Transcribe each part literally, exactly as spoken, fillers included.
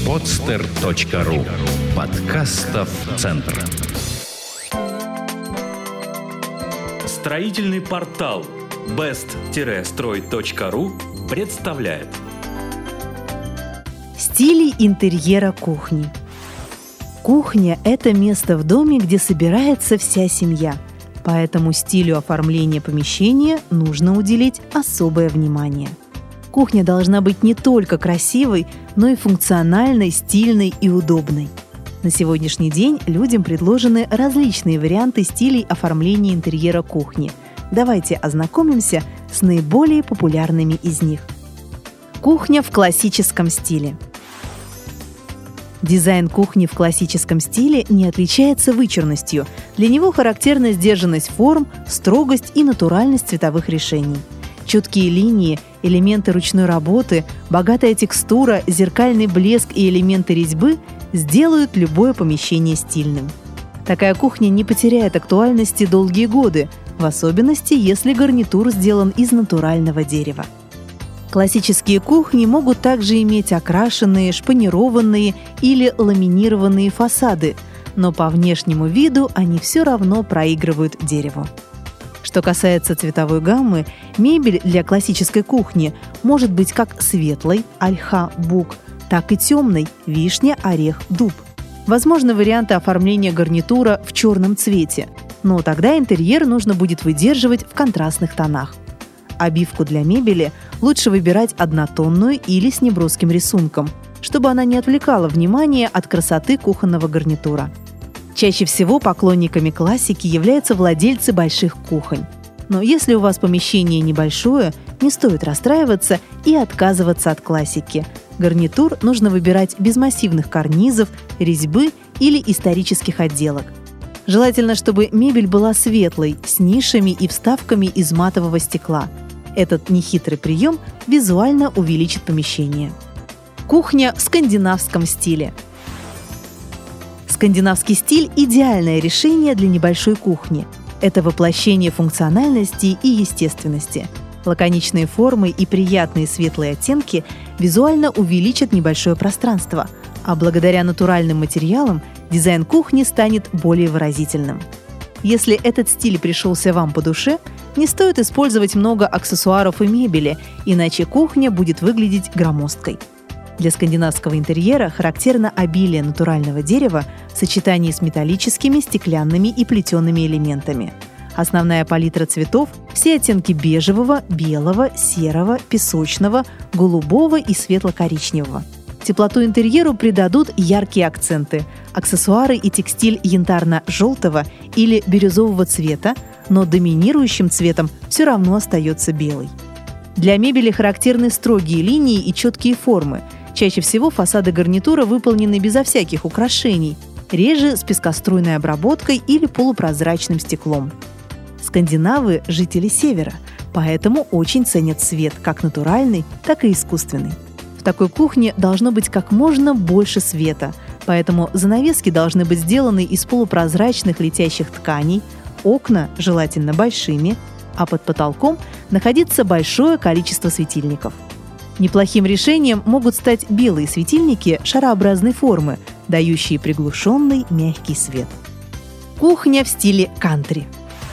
подстер точка ру. Подкастов центр. Строительный портал бест строй точка ру представляет Стили интерьера кухни. Кухня – это место в доме, где собирается вся семья. Поэтому стилю оформления помещения нужно уделить особое внимание. Кухня должна быть не только красивой, но и функциональной, стильной и удобной. На сегодняшний день людям предложены различные варианты стилей оформления интерьера кухни. Давайте ознакомимся с наиболее популярными из них. Кухня в классическом стиле. Дизайн кухни в классическом стиле не отличается вычурностью. Для него характерна сдержанность форм, строгость и натуральность цветовых решений. Четкие линии, элементы ручной работы, богатая текстура, зеркальный блеск и элементы резьбы сделают любое помещение стильным. Такая кухня не потеряет актуальности долгие годы, в особенности, если гарнитур сделан из натурального дерева. Классические кухни могут также иметь окрашенные, шпанированные или ламинированные фасады, но по внешнему виду они все равно проигрывают дереву. Что касается цветовой гаммы, мебель для классической кухни может быть как светлой – ольха, бук, так и темной – вишня, орех, дуб. Возможны варианты оформления гарнитура в черном цвете, но тогда интерьер нужно будет выдерживать в контрастных тонах. Обивку для мебели лучше выбирать однотонную или с неброским рисунком, чтобы она не отвлекала внимание от красоты кухонного гарнитура. Чаще всего поклонниками классики являются владельцы больших кухонь. Но если у вас помещение небольшое, не стоит расстраиваться и отказываться от классики. Гарнитур нужно выбирать без массивных карнизов, резьбы или исторических отделок. Желательно, чтобы мебель была светлой, с нишами и вставками из матового стекла. Этот нехитрый прием визуально увеличит помещение. Кухня в скандинавском стиле. Скандинавский стиль – идеальное решение для небольшой кухни. Это воплощение функциональности и естественности. Лаконичные формы и приятные светлые оттенки визуально увеличат небольшое пространство, а благодаря натуральным материалам дизайн кухни станет более выразительным. Если этот стиль пришелся вам по душе, не стоит использовать много аксессуаров и мебели, иначе кухня будет выглядеть громоздкой. Для скандинавского интерьера характерно обилие натурального дерева в сочетании с металлическими, стеклянными и плетеными элементами. Основная палитра цветов – все оттенки бежевого, белого, серого, песочного, голубого и светло-коричневого. Теплоту интерьеру придадут яркие акценты – аксессуары и текстиль янтарно-желтого или бирюзового цвета, но доминирующим цветом все равно остается белый. Для мебели характерны строгие линии и четкие формы. Чаще всего фасады гарнитура выполнены безо всяких украшений, реже с пескоструйной обработкой или полупрозрачным стеклом. Скандинавы – жители севера, поэтому очень ценят свет, как натуральный, так и искусственный. В такой кухне должно быть как можно больше света, поэтому занавески должны быть сделаны из полупрозрачных летящих тканей, окна желательно большими, а под потолком находится большое количество светильников. Неплохим решением могут стать белые светильники шарообразной формы, дающие приглушенный мягкий свет. Кухня в стиле кантри.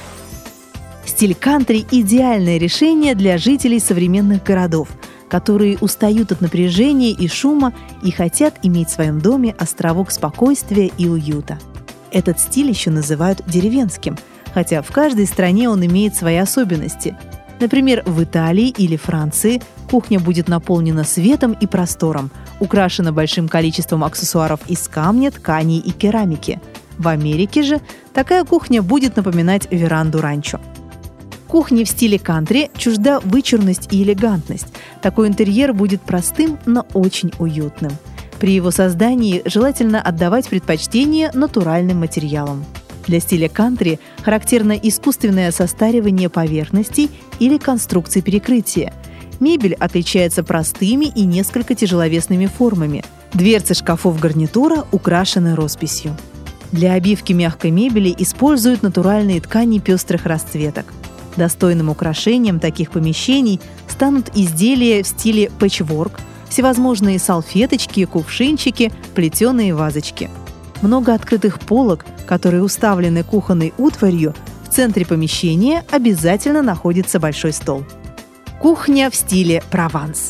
Стиль кантри – идеальное решение для жителей современных городов, которые устают от напряжения и шума и хотят иметь в своем доме островок спокойствия и уюта. Этот стиль еще называют деревенским, хотя в каждой стране он имеет свои особенности. Например, в Италии или Франции кухня будет наполнена светом и простором, украшена большим количеством аксессуаров из камня, тканей и керамики. В Америке же такая кухня будет напоминать веранду ранчо. Кухне в стиле кантри чужда вычурность и элегантность. Такой интерьер будет простым, но очень уютным. При его создании желательно отдавать предпочтение натуральным материалам. Для стиля кантри характерно искусственное состаривание поверхностей или конструкций перекрытия. Мебель отличается простыми и несколько тяжеловесными формами. Дверцы шкафов гарнитура украшены росписью. Для обивки мягкой мебели используют натуральные ткани пестрых расцветок. Достойным украшением таких помещений станут изделия в стиле пэтчворк, всевозможные салфеточки, кувшинчики, плетеные вазочки. Много открытых полок, которые уставлены кухонной утварью. В центре помещения обязательно находится большой стол. Кухня в стиле Прованс.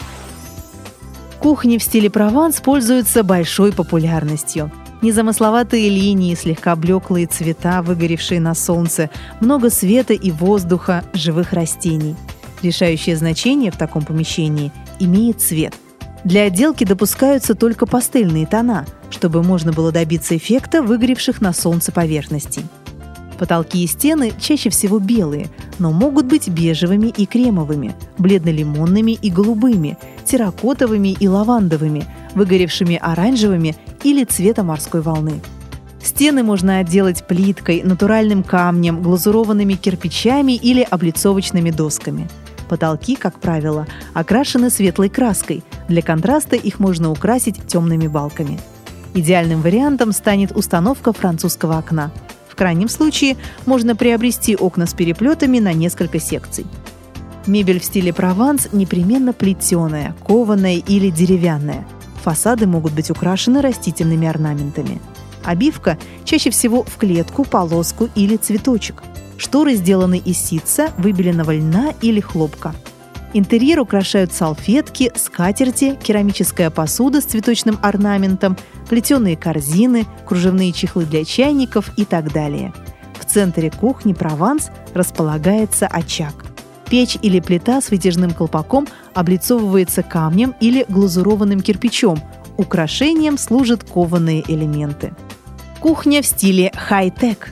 Кухни в стиле Прованс пользуются большой популярностью. Незамысловатые линии, слегка блеклые цвета, выгоревшие на солнце, много света и воздуха, живых растений. Решающее значение в таком помещении имеет цвет. Для отделки допускаются только пастельные тона, чтобы можно было добиться эффекта выгоревших на солнце поверхностей. Потолки и стены чаще всего белые, но могут быть бежевыми и кремовыми, бледно-лимонными и голубыми, терракотовыми и лавандовыми, выгоревшими оранжевыми или цвета морской волны. Стены можно отделать плиткой, натуральным камнем, глазурованными кирпичами или облицовочными досками. Потолки, как правило, окрашены светлой краской. Для контраста их можно украсить темными балками. Идеальным вариантом станет установка французского окна. В крайнем случае можно приобрести окна с переплетами на несколько секций. Мебель в стиле Прованс непременно плетеная, кованая или деревянная. Фасады могут быть украшены растительными орнаментами. Обивка чаще всего в клетку, полоску или цветочек. Шторы сделаны из ситца, выбеленного льна или хлопка. Интерьер украшают салфетки, скатерти, керамическая посуда с цветочным орнаментом, плетеные корзины, кружевные чехлы для чайников и так далее. В центре кухни Прованс располагается очаг. Печь или плита с вытяжным колпаком облицовывается камнем или глазурованным кирпичом. Украшением служат кованые элементы. Кухня в стиле хай-тек.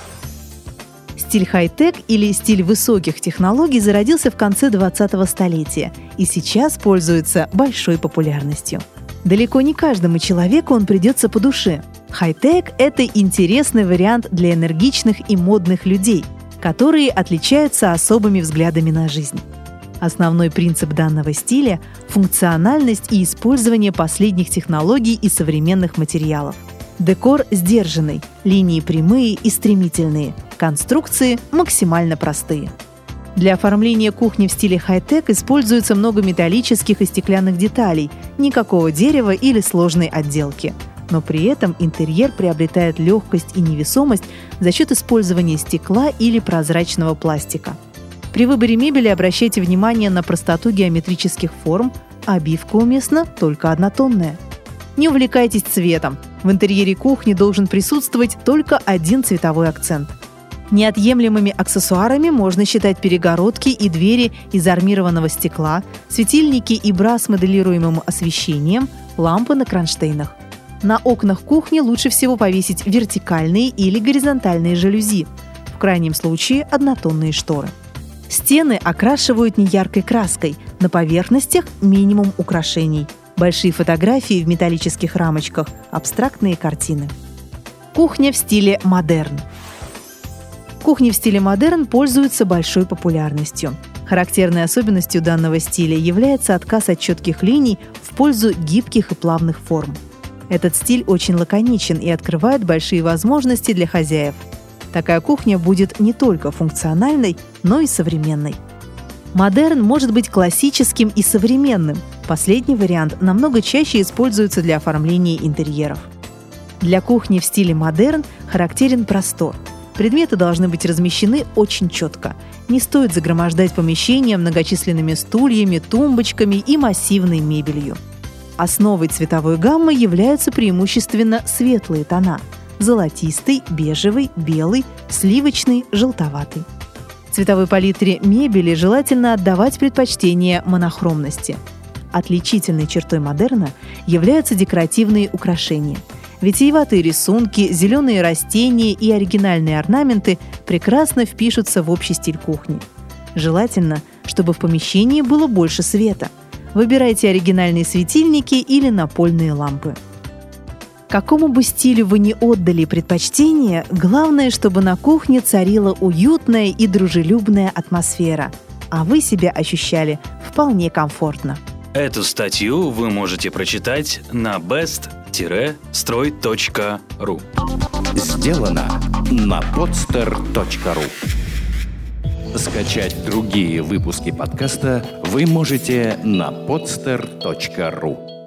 Стиль хай-тек или стиль высоких технологий зародился в конце двадцатого столетия и сейчас пользуется большой популярностью. Далеко не каждому человеку он придется по душе. Хай-тек – это интересный вариант для энергичных и модных людей, которые отличаются особыми взглядами на жизнь. Основной принцип данного стиля – функциональность и использование последних технологий и современных материалов. Декор сдержанный, линии прямые и стремительные, конструкции максимально простые. Для оформления кухни в стиле хай-тек используется много металлических и стеклянных деталей, никакого дерева или сложной отделки. Но при этом интерьер приобретает легкость и невесомость за счет использования стекла или прозрачного пластика. При выборе мебели обращайте внимание на простоту геометрических форм, а обивка уместна только однотонная. Не увлекайтесь цветом. В интерьере кухни должен присутствовать только один цветовой акцент. Неотъемлемыми аксессуарами можно считать перегородки и двери из армированного стекла, светильники и бра с моделируемым освещением, лампы на кронштейнах. На окнах кухни лучше всего повесить вертикальные или горизонтальные жалюзи, в крайнем случае однотонные шторы. Стены окрашивают неяркой краской, на поверхностях минимум украшений. Большие фотографии в металлических рамочках, абстрактные картины. Кухня в стиле модерн. Кухни в стиле модерн пользуются большой популярностью. Характерной особенностью данного стиля является отказ от четких линий в пользу гибких и плавных форм. Этот стиль очень лаконичен и открывает большие возможности для хозяев. Такая кухня будет не только функциональной, но и современной. Модерн может быть классическим и современным. Последний вариант намного чаще используется для оформления интерьеров. Для кухни в стиле модерн характерен простор. Предметы должны быть размещены очень четко. Не стоит загромождать помещение многочисленными стульями, тумбочками и массивной мебелью. Основой цветовой гаммы являются преимущественно светлые тона – золотистый, бежевый, белый, сливочный, желтоватый. В цветовой палитре мебели желательно отдавать предпочтение монохромности. Отличительной чертой модерна являются декоративные украшения. Витиеватые рисунки, зеленые растения и оригинальные орнаменты прекрасно впишутся в общий стиль кухни. Желательно, чтобы в помещении было больше света. Выбирайте оригинальные светильники или напольные лампы. Какому бы стилю вы ни отдали предпочтение, главное, чтобы на кухне царила уютная и дружелюбная атмосфера, а вы себя ощущали вполне комфортно. Эту статью вы можете прочитать на бест строй точка ру. Сделано на подстер точка ру. Скачать другие выпуски подкаста вы можете на podster точка ру.